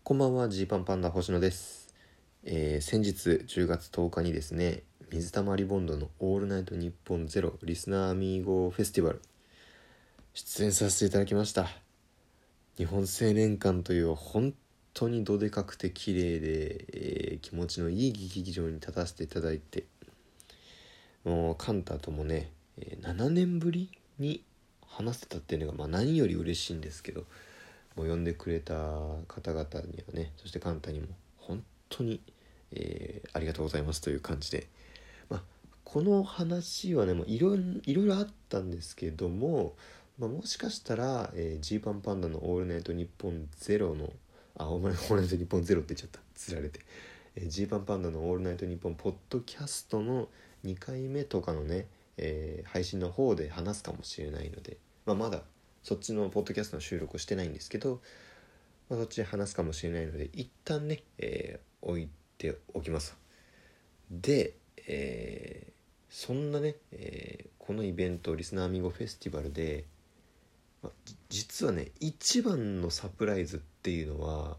こんばんは、ジーパンパンダ星野です。先日10月10日にですね、水溜りボンドのオールナイトニッポンゼロリスナーアミーゴフェスティバル出演させていただきました。日本青年館という本当にどでかくて綺麗で、気持ちのいい劇場に立たせていただいて、もうカンタともね、7年ぶりに話せたっていうのが何より嬉しいんですけど、もう呼んでくれた方々にはね、そしてカンタにも本当に、ありがとうございますという感じで、この話はね、もういろいろあったんですけども、もしかしたらジーパンパンダのオールナイトニッポンゼロのオールナイトニッポンゼロって言っちゃった、つられて、ジーパンパンダのオールナイトニッポンポッドキャストの2回目とかのね、配信の方で話すかもしれないので、まだそっちのポッドキャストの収録をしてないんですけど、そっちで話すかもしれないので一旦ね、置いておきます。で、そんなね、このイベントリスナーアミーゴフェスティバルで、実はね一番のサプライズっていうのは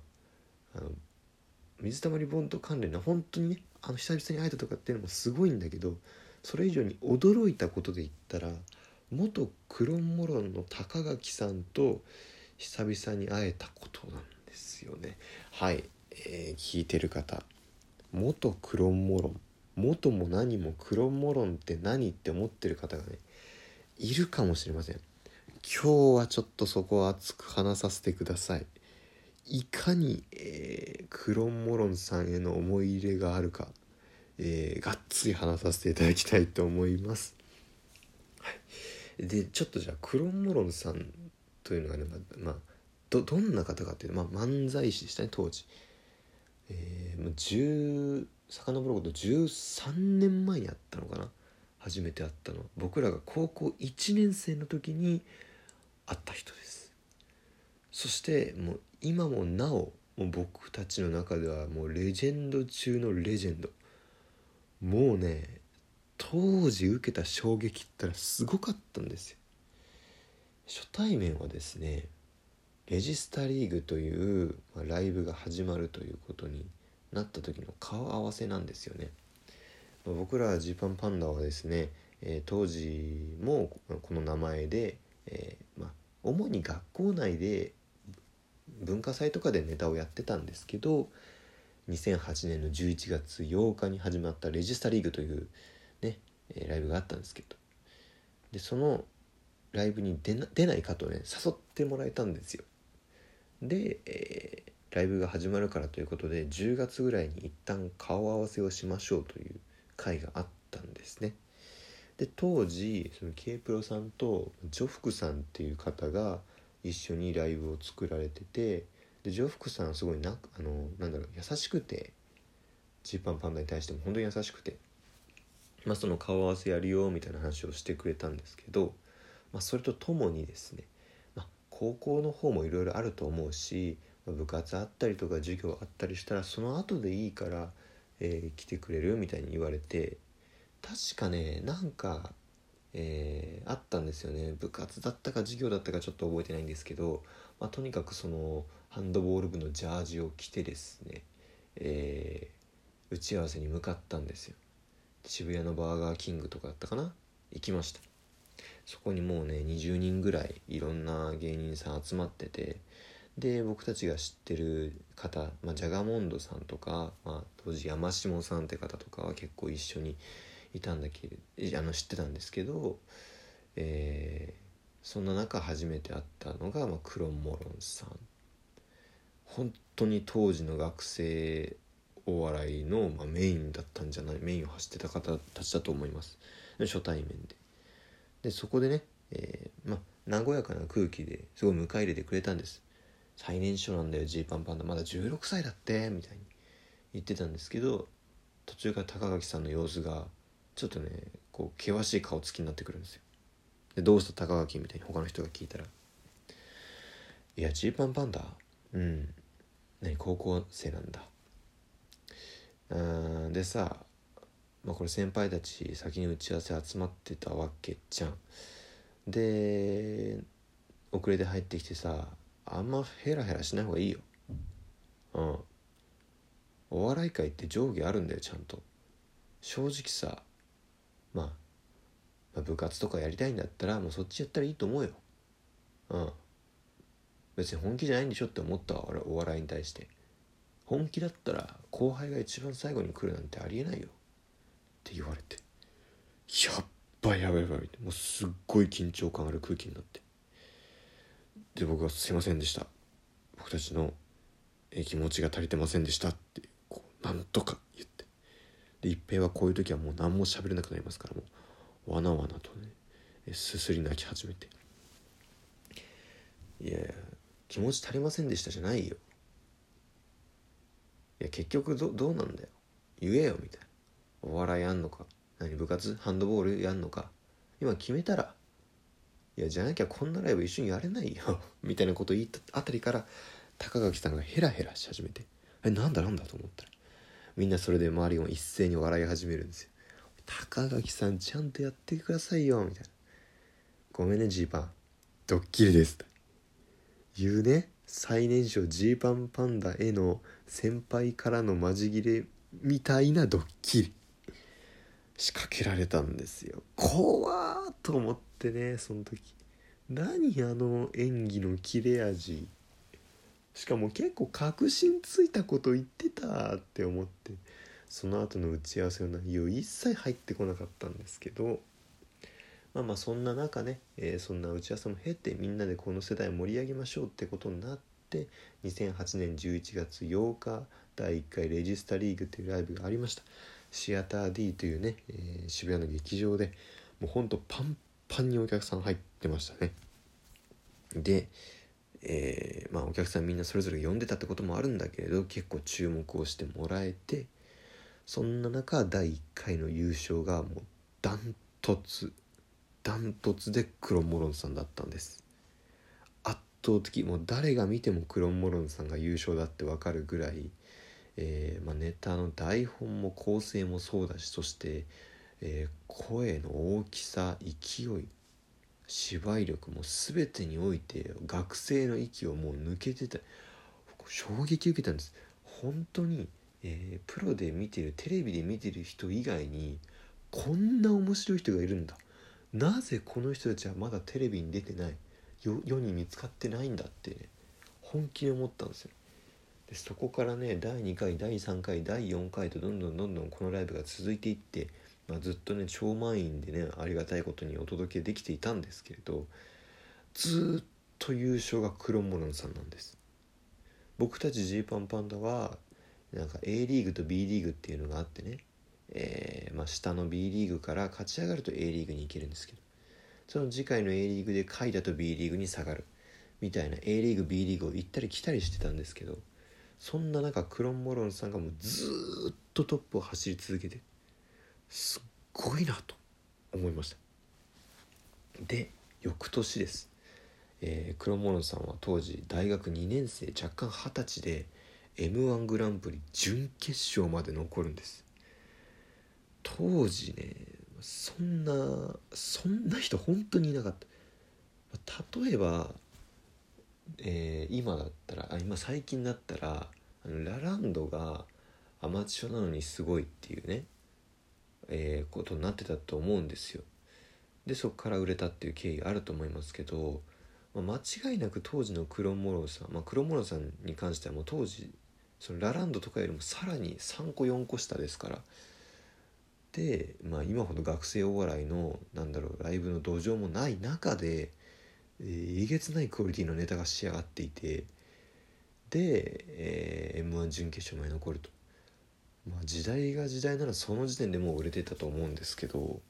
水溜りボンド関連の本当にね久々に会えたとかっていうのもすごいんだけど、それ以上に驚いたことで言ったら元クロンモロンの高垣さんと久々に会えたことなんですよね。はい、聞いてる方、元クロンモロン、元も何もクロンモロンって何って思ってる方がねいるかもしれません。今日はちょっとそこを熱く話させてください。いかに、クロンモロンさんへの思い入れがあるか、がっつり話させていただきたいと思います。はい、でちょっとじゃあクロンモロンさんというのがね、どんな方かっていうと、漫才師でしたね当時。もう遡ること13年前にあったのかな、初めて会ったの。僕らが高校1年生の時に会った人です。そしてもう今もなお、もう僕たちの中ではもうレジェンド中のレジェンド。もうね当時受けた衝撃ったらすごかったんですよ。初対面はですね、レジスタリーグという、ライブが始まるということになった時の顔合わせなんですよね。僕らジーパンパンダはですね、当時もこの名前で、主に学校内で文化祭とかでネタをやってたんですけど、2008年の11月8日に始まったレジスタリーグというね、ライブがあったんですけど、でそのライブに出ないかとね誘ってもらえたんですよ。で、ライブが始まるからということで10月ぐらいに一旦顔合わせをしましょうという会があったんですね。で当時その K プロさんとジョフクさんっていう方が一緒にライブを作られてて、でジョフクさんすごい優しくて、ジーパンパンダに対しても本当に優しくて、その顔合わせやるよみたいな話をしてくれたんですけど、それとともにですね、高校の方もいろいろあると思うし、部活あったりとか授業あったりしたらその後でいいから、来てくれるみたいに言われて、確かねあったんですよね。部活だったか授業だったかちょっと覚えてないんですけど、とにかくそのハンドボール部のジャージを着てですね、打ち合わせに向かったんですよ。渋谷のバーガーキングとかだったかな、行きました。そこにもうね20人ぐらいいろんな芸人さん集まってて、で僕たちが知ってる方、ジャガモンドさんとか、当時山下さんって方とかは結構一緒にいたんだけど知ってたんですけど、そんな中初めて会ったのが、クロンモロンさん。本当に当時の学生お笑いの、メインだったんじゃない、メインを走ってた方たちだと思います。初対面でそこでね、和やかな空気ですごい迎え入れてくれたんです。最年少なんだよジーパンパンダ、まだ16歳だってみたいに言ってたんですけど、途中から高垣さんの様子がちょっとねこう険しい顔つきになってくるんですよ。でどうした高垣みたいに他の人が聞いたら、いやジーパンパンダ何高校生なんだ、でさ、これ先輩たち先に打ち合わせ集まってたわけじゃん。で遅れて入ってきてさ、あんまヘラヘラしない方がいいよ。 お笑い界って上下あるんだよちゃんと。正直さ、まあ部活とかやりたいんだったらもうそっちやったらいいと思うよ。別に本気じゃないんでしょって思ったわ俺、お笑いに対して。本気だったら後輩が一番最後に来るなんてありえないよって言われて、やっばいやばいやばいって、もうすっごい緊張感ある空気になって、で僕はすいませんでした、僕たちの気持ちが足りてませんでしたってこうなんとか言って、で一平はこういう時はもう何も喋れなくなりますから、もうわなわなとねすすり泣き始めて、いや気持ち足りませんでしたじゃないよ、いや結局どうなんだよ言えよみたいな。お笑いやんのか、部活ハンドボールやんのか、今決めたら、いやじゃなきゃこんなライブ一緒にやれないよみたいなことを言ったあたりから、高垣さんがヘラヘラし始めて、なんだと思ったら、みんなそれで周りも一斉に笑い始めるんですよ。高垣さんちゃんとやってくださいよみたいな。ごめんねジーパンドッキリですというね、最年少ジーパンパンダへの先輩からのマジギレみたいなドッキリ仕掛けられたんですよ。怖ーと思ってね、その時何あの演技の切れ味、しかも結構確信ついたこと言ってたって思って、その後の打ち合わせの内容一切入ってこなかったんですけど、そんな中ね、そんな打ち合わせも経て、みんなでこの世代を盛り上げましょうってことになって、2008年11月8日第1回レジスタリーグというライブがありました。シアター D というね、渋谷の劇場でもうほんとパンパンにお客さん入ってましたね。で、お客さんみんなそれぞれ呼んでたってこともあるんだけれど、結構注目をしてもらえて、そんな中第1回の優勝がもうダントツでクロンモロンさんだったんです。圧倒的、もう誰が見てもクロンモロンさんが優勝だって分かるぐらい、ネタの台本も構成もそうだし、そして、声の大きさ、勢い、芝居力も全てにおいて学生の域をもう抜けてた。衝撃受けたんです本当に。プロで見てる、テレビで見てる人以外にこんな面白い人がいるんだ、なぜこの人たちはまだテレビに出てない、世に見つかってないんだって、ね、本気に思ったんですよ。でそこからね、第2回第3回第4回とどんどんこのライブが続いていって、ずっとね超満員でね、ありがたいことにお届けできていたんですけれど、ずっと優勝がクロンモロンさんなんです。僕たちジーパンパンダはなんか A リーグと B リーグっていうのがあってね、下の B リーグから勝ち上がると A リーグに行けるんですけど、その次回の A リーグで下位だと B リーグに下がるみたいな A リーグ B リーグを行ったり来たりしてたんですけど、そんな中クロンモロンさんがもうずっとトップを走り続けて、すっごいなと思いました。で翌年です、クロンモロンさんは当時大学2年生、若干20歳で M1 グランプリ準決勝まで残るんです。当時ね、そんな人本当にいなかった。例えば、今最近だったらラランドがアマチュアなのにすごいっていうね、ことになってたと思うんですよ。でそこから売れたっていう経緯あると思いますけど、間違いなく当時のクロンモロンさん、クロンモロンさんに関してはもう当時そのラランドとかよりもさらに3個4個下ですから。で、今ほど学生お笑いのライブの土壌もない中で、えげつないクオリティのネタが仕上がっていて、で、M1 準決勝まで残ると、時代が時代ならその時点でもう売れてたと思うんですけど、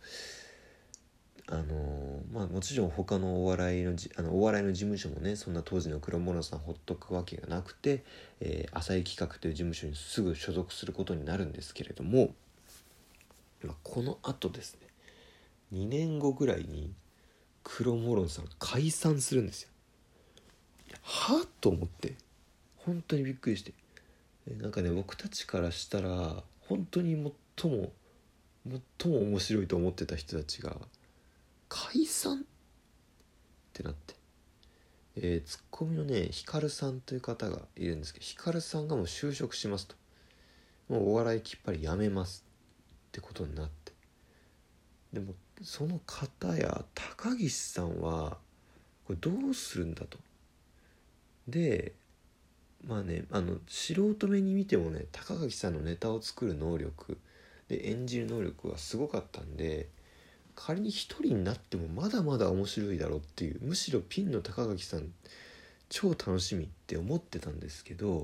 もちろん他のお笑いの事務所もね、そんな当時の黒モさんほっとくわけがなくて、浅井企画という事務所にすぐ所属することになるんですけれども、この後ですね、2年後ぐらいに黒モロンさん解散するんですよ。はぁと思って、本当にびっくりして、僕たちからしたら本当に最も面白いと思ってた人たちが解散ってなって、 ツッコミのねヒカルさんという方がいるんですけど、ヒカルさんがもう就職しますと、もうお笑いきっぱりやめますってことになって、でもその方や高岸さんはこれどうするんだと。でまあね、素人目に見てもね高垣さんのネタを作る能力で演じる能力はすごかったんで、仮に一人になってもまだまだ面白いだろうっていう、むしろピンの高垣さん超楽しみって思ってたんですけど、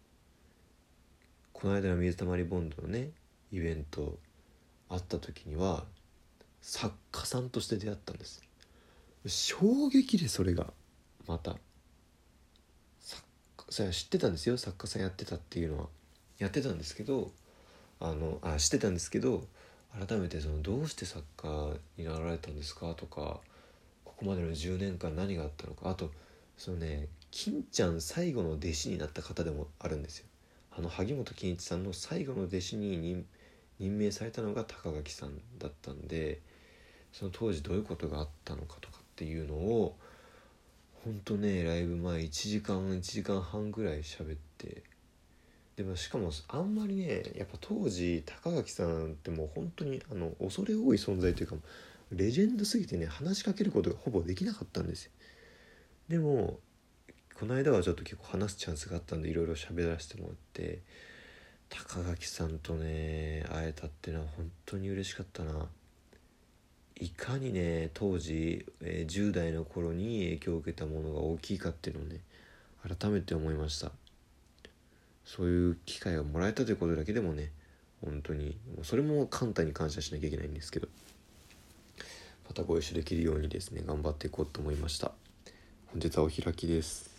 この間の水溜りボンドのねイベントあった時には作家さんとして出会ったんです。衝撃で、それがまたそれは知ってたんですよ、作家さんやってたっていうのはやってたんですけど、知ってたんですけど、改めてどうして作家になられたんですかとか、ここまでの10年間何があったのか、あと金ちゃん最後の弟子になった方でもあるんですよ。萩本欽一さんの最後の弟子に任命されたのが高垣さんだったんで、その当時どういうことがあったのかとかっていうのをほんとね、ライブ前1時間半ぐらい喋って、でもしかもあんまりね、やっぱ当時高垣さんってもう本当に恐れ多い存在というか、レジェンドすぎてね話しかけることがほぼできなかったんですよ。でもこの間はちょっと結構話すチャンスがあったんで、いろいろ喋らせてもらって、高垣さんとね会えたってのは本当に嬉しかったな。いかにね当時、10代の頃に影響を受けたものが大きいかっていうのをね改めて思いました。そういう機会をもらえたということだけでもね、本当にそれも簡単に感謝しなきゃいけないんですけど、またご一緒できるようにですね頑張っていこうと思いました。本日はお開きです。